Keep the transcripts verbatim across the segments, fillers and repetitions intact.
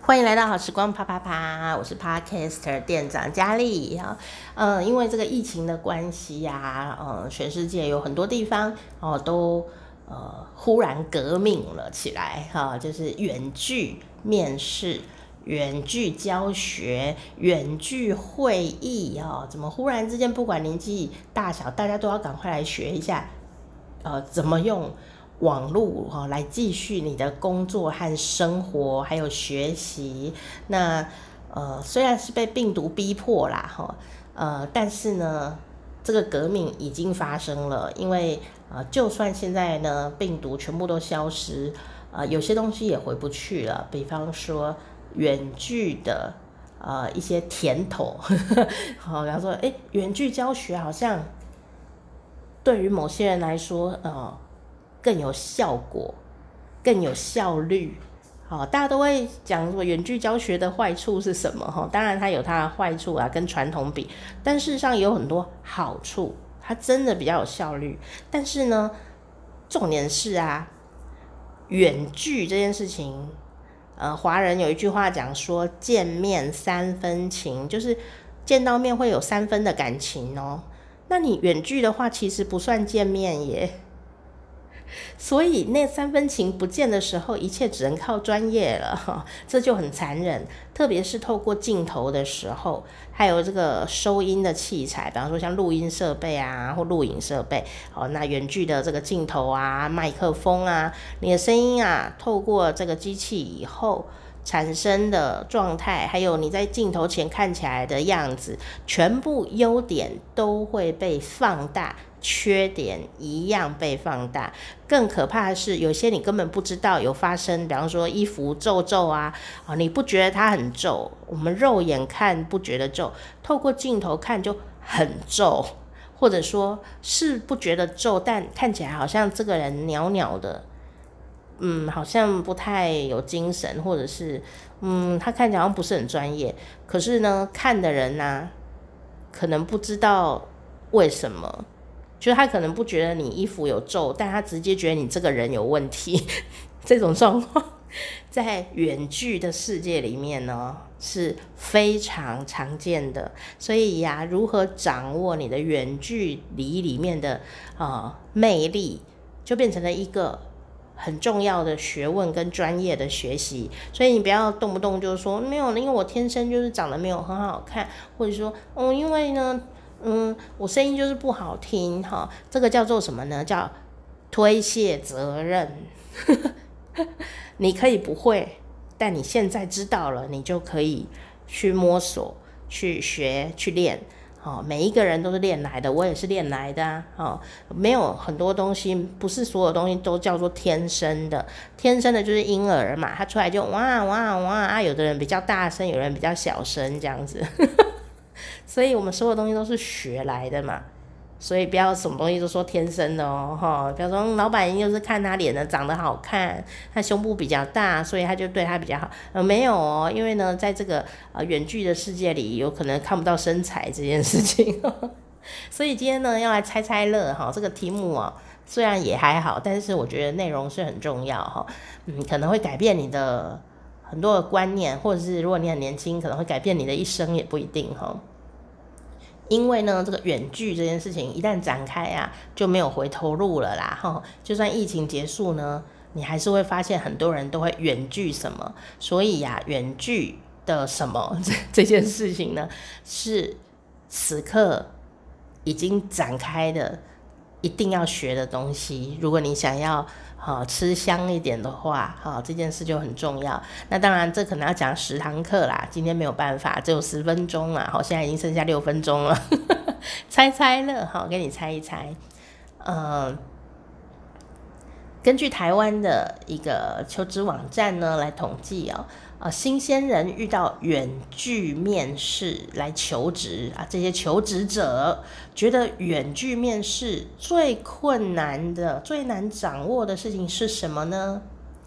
欢迎来到好时光啪啪啪，我是 Podcaster 店长佳丽哈。呃，因为这个疫情的关系呀、啊，呃，全世界有很多地方哦都呃忽然革命了起来哈、啊，就是远距面试、远距教学、远距会议啊，怎么忽然之间不管年纪大小，大家都要赶快来学一下，呃，怎么用网络哈、哦、来继续你的工作和生活，还有学习。那呃虽然是被病毒逼迫啦哈、哦，呃，但是呢，这个革命已经发生了。因为呃，就算现在呢病毒全部都消失，呃，有些东西也回不去了。比方说远距的呃一些甜头，好，比方说，哎，远距教学好像对于某些人来说，呃。更有效果，更有效率。好，大家都会讲说远距教学的坏处是什么哈？当然它有它的坏处啊，跟传统比，但事实上也有很多好处，它真的比较有效率。但是呢，重点是啊，远距这件事情，呃，华人有一句话讲说，见面三分情，就是见到面会有三分的感情哦。那你远距的话，其实不算见面耶。所以那三分情不见的时候，一切只能靠专业了，这就很残忍。特别是透过镜头的时候，还有这个收音的器材，比方说像录音设备啊，或录影设备，哦，那远距的这个镜头啊、麦克风啊，你的声音啊，透过这个机器以后产生的状态，还有你在镜头前看起来的样子，全部优点都会被放大，缺点一样被放大。更可怕的是，有些你根本不知道有发生，比方说衣服皱皱啊，啊，你不觉得它很皱，我们肉眼看不觉得皱，透过镜头看就很皱，或者说是不觉得皱，但看起来好像这个人袅袅的，嗯，好像不太有精神，或者是嗯，他看起来好像不是很专业。可是呢，看的人呢、啊，可能不知道为什么。就是他可能不觉得你衣服有皱，但他直接觉得你这个人有问题。这种状况在远距的世界里面呢是非常常见的。所以呀、啊，如何掌握你的远距离里面的呃魅力，就变成了一个很重要的学问跟专业的学习。所以你不要动不动就说没有，因为我天生就是长得没有很好看，或者说嗯，因为呢。嗯，我声音就是不好听哈，这个叫做什么呢？叫推卸责任。你可以不会，但你现在知道了，你就可以去摸索、去学、去练。哦，每一个人都是练来的，我也是练来的啊。哦，没有很多东西，不是所有东西都叫做天生的。天生的就是婴儿嘛，他出来就哇哇哇啊，有的人比较大声，有人比较小声，这样子。所以我们所有东西都是学来的嘛，所以不要什么东西都说天生的哦，哈，比方说老板就是看他脸呢长得好看，他胸部比较大，所以他就对他比较好。呃，没有哦，因为呢，在这个呃远距的世界里，有可能看不到身材这件事情。所以今天呢，要来猜猜乐哈，这个题目哦，虽然也还好，但是我觉得内容是很重要哈，嗯，可能会改变你的很多的观念，或者是如果你很年轻，可能会改变你的一生也不一定哈。因为呢，这个远距这件事情一旦展开啊，就没有回头路了啦。哈，就算疫情结束呢，你还是会发现很多人都会远距什么。所以呀、啊，远距的什么这这件事情呢，是此刻已经展开的，一定要学的东西。如果你想要好、哦、吃香一点的话，好、哦、这件事就很重要。那当然，这可能要讲十堂课啦，今天没有办法，只有十分钟啦。好、哦，现在已经剩下六分钟了，猜猜乐，好，给你猜一猜。呃，根据台湾的一个求职网站呢来统计哦，呃，新鲜人遇到远距面试来求职啊，这些求职者觉得远距面试最困难的、最难掌握的事情是什么呢？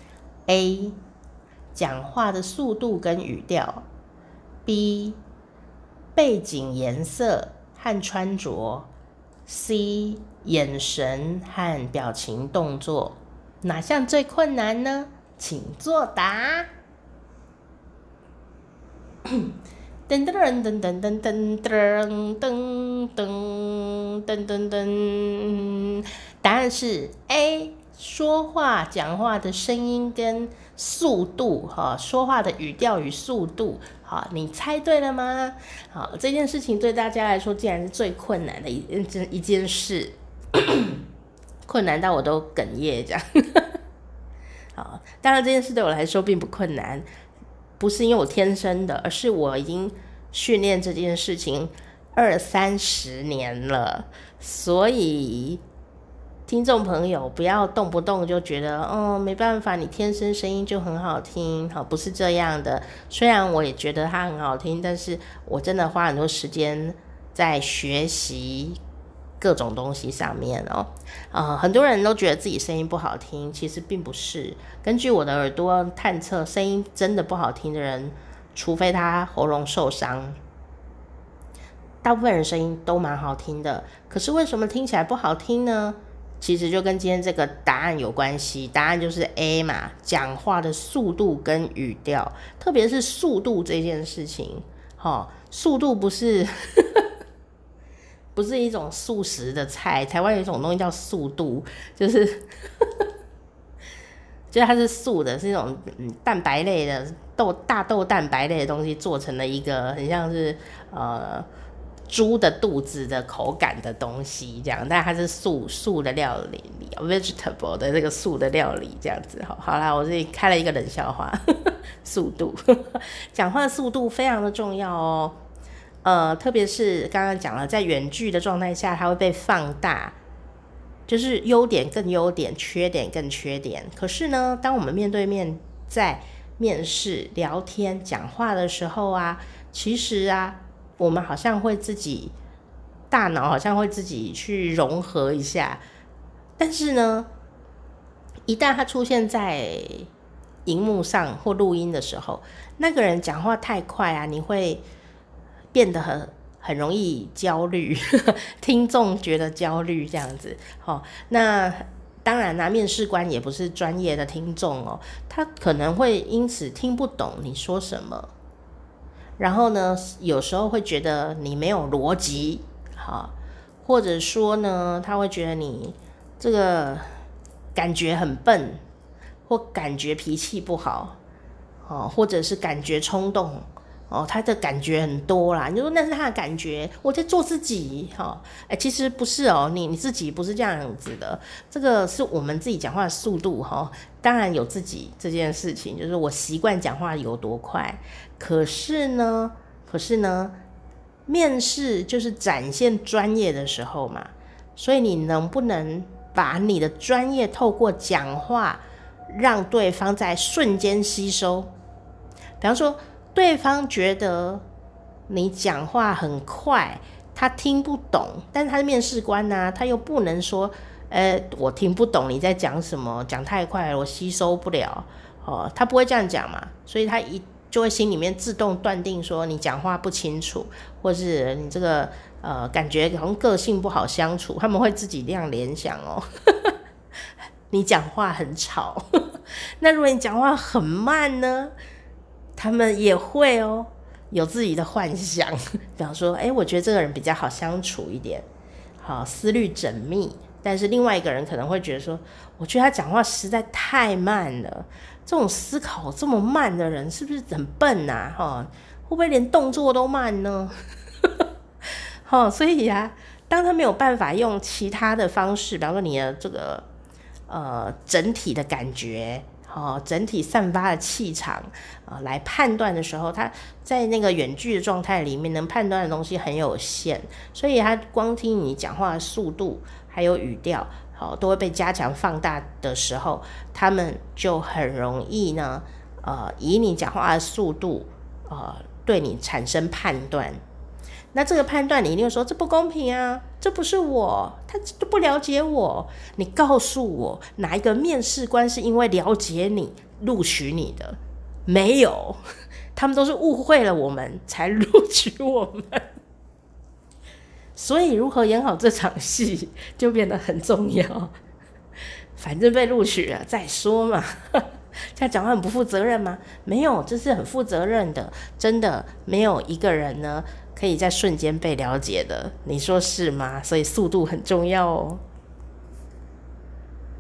A. 讲话的速度跟语调。 B. 背景颜色和穿着。 C. 眼神和表情动作。哪项最困难呢？请作答。 噔噔噔噔噔噔噔噔噔噔噔噔，答案是 A。说话讲话的声音跟速度，哈，说话的语调与速度，好，你猜对了吗？好，这件事情对大家来说，竟然是最困难的一一件事，困难到我都哽咽这样。好，当然这件事对我来说并不困难，不是因为我天生的，而是我已经训练这件事情二三十年了，所以。听众朋友，不要动不动就觉得，哦，没办法，你天生声音就很好听，好，不是这样的。虽然我也觉得它很好听，但是我真的花很多时间在学习各种东西上面哦。呃，很多人都觉得自己声音不好听，其实并不是。根据我的耳朵探测，声音真的不好听的人，除非他喉咙受伤，大部分人声音都蛮好听的。可是为什么听起来不好听呢？其实就跟今天这个答案有关系，答案就是 A 嘛，讲话的速度跟语调，特别是速度这件事情，哦，速度不是不是一种速食的菜，台湾有一种东西叫速度，就是就是它是素的，是一种蛋白类的豆大豆蛋白类的东西做成了一个很像是呃。猪的肚子的口感的东西，这样，但它是素素的料理 ，vegetable 的这个素的料理，这样子。好，好啦，我这里开了一个冷笑话，速度，讲话的速度非常的重要哦。呃，特别是刚刚讲了，在远距的状态下，它会被放大，就是优点更优点，缺点更缺点。可是呢，当我们面对面在面试、聊天、讲话的时候啊，其实啊。我们好像会自己大脑好像会自己去融合一下，但是呢，一旦他出现在荧幕上或录音的时候，那个人讲话太快啊，你会变得很很容易焦虑，听众觉得焦虑这样子。好、哦，那当然啦、啊，面试官也不是专业的听众哦，他可能会因此听不懂你说什么。然后呢，有时候会觉得你没有逻辑，好，或者说呢，他会觉得你这个感觉很笨，或感觉脾气不好，哦，或者是感觉冲动，哦，他的感觉很多啦。你就说那是他的感觉，我在做自己，哈、哦，哎，其实不是哦，你你自己不是这样子的，这个是我们自己讲话的速度，哈、哦，当然有自己这件事情，就是我习惯讲话有多快。可是呢，可是呢，面试就是展现专业的时候嘛，所以你能不能把你的专业透过讲话，让对方在瞬间吸收？比方说，对方觉得你讲话很快，他听不懂，但是他是面试官啊，他又不能说，呃，我听不懂你在讲什么，讲太快了，我吸收不了，哦，他不会这样讲嘛，所以他一就会心里面自动断定说你讲话不清楚，或是你这个呃感觉好像个性不好相处，他们会自己这样联想哦。你讲话很吵，那如果你讲话很慢呢，他们也会哦有自己的幻想，比方说，哎，我觉得这个人比较好相处一点，好，思虑缜密。但是另外一个人可能会觉得说，我觉得他讲话实在太慢了，这种思考这么慢的人是不是很笨啊？哦、会不会连动作都慢呢？哦、所以啊，当他没有办法用其他的方式，比方说你的这个呃整体的感觉，哦、整体散发的气场、呃、来判断的时候，他在那个远距的状态里面能判断的东西很有限，所以他光听你讲话的速度还有语调，好，都会被加强放大的时候，他们就很容易呢，呃，以你讲话的速度，呃，对你产生判断。那这个判断你一定会说这不公平啊，这不是我，他都不了解我。你告诉我哪一个面试官是因为了解你录取你的？没有，他们都是误会了我们才录取我们。所以如何演好这场戏就变得很重要。反正被录取了再说嘛。 这样讲话很不负责任吗？没有，这是很负责任的，真的没有一个人呢可以在瞬间被了解的，你说是吗？所以速度很重要哦。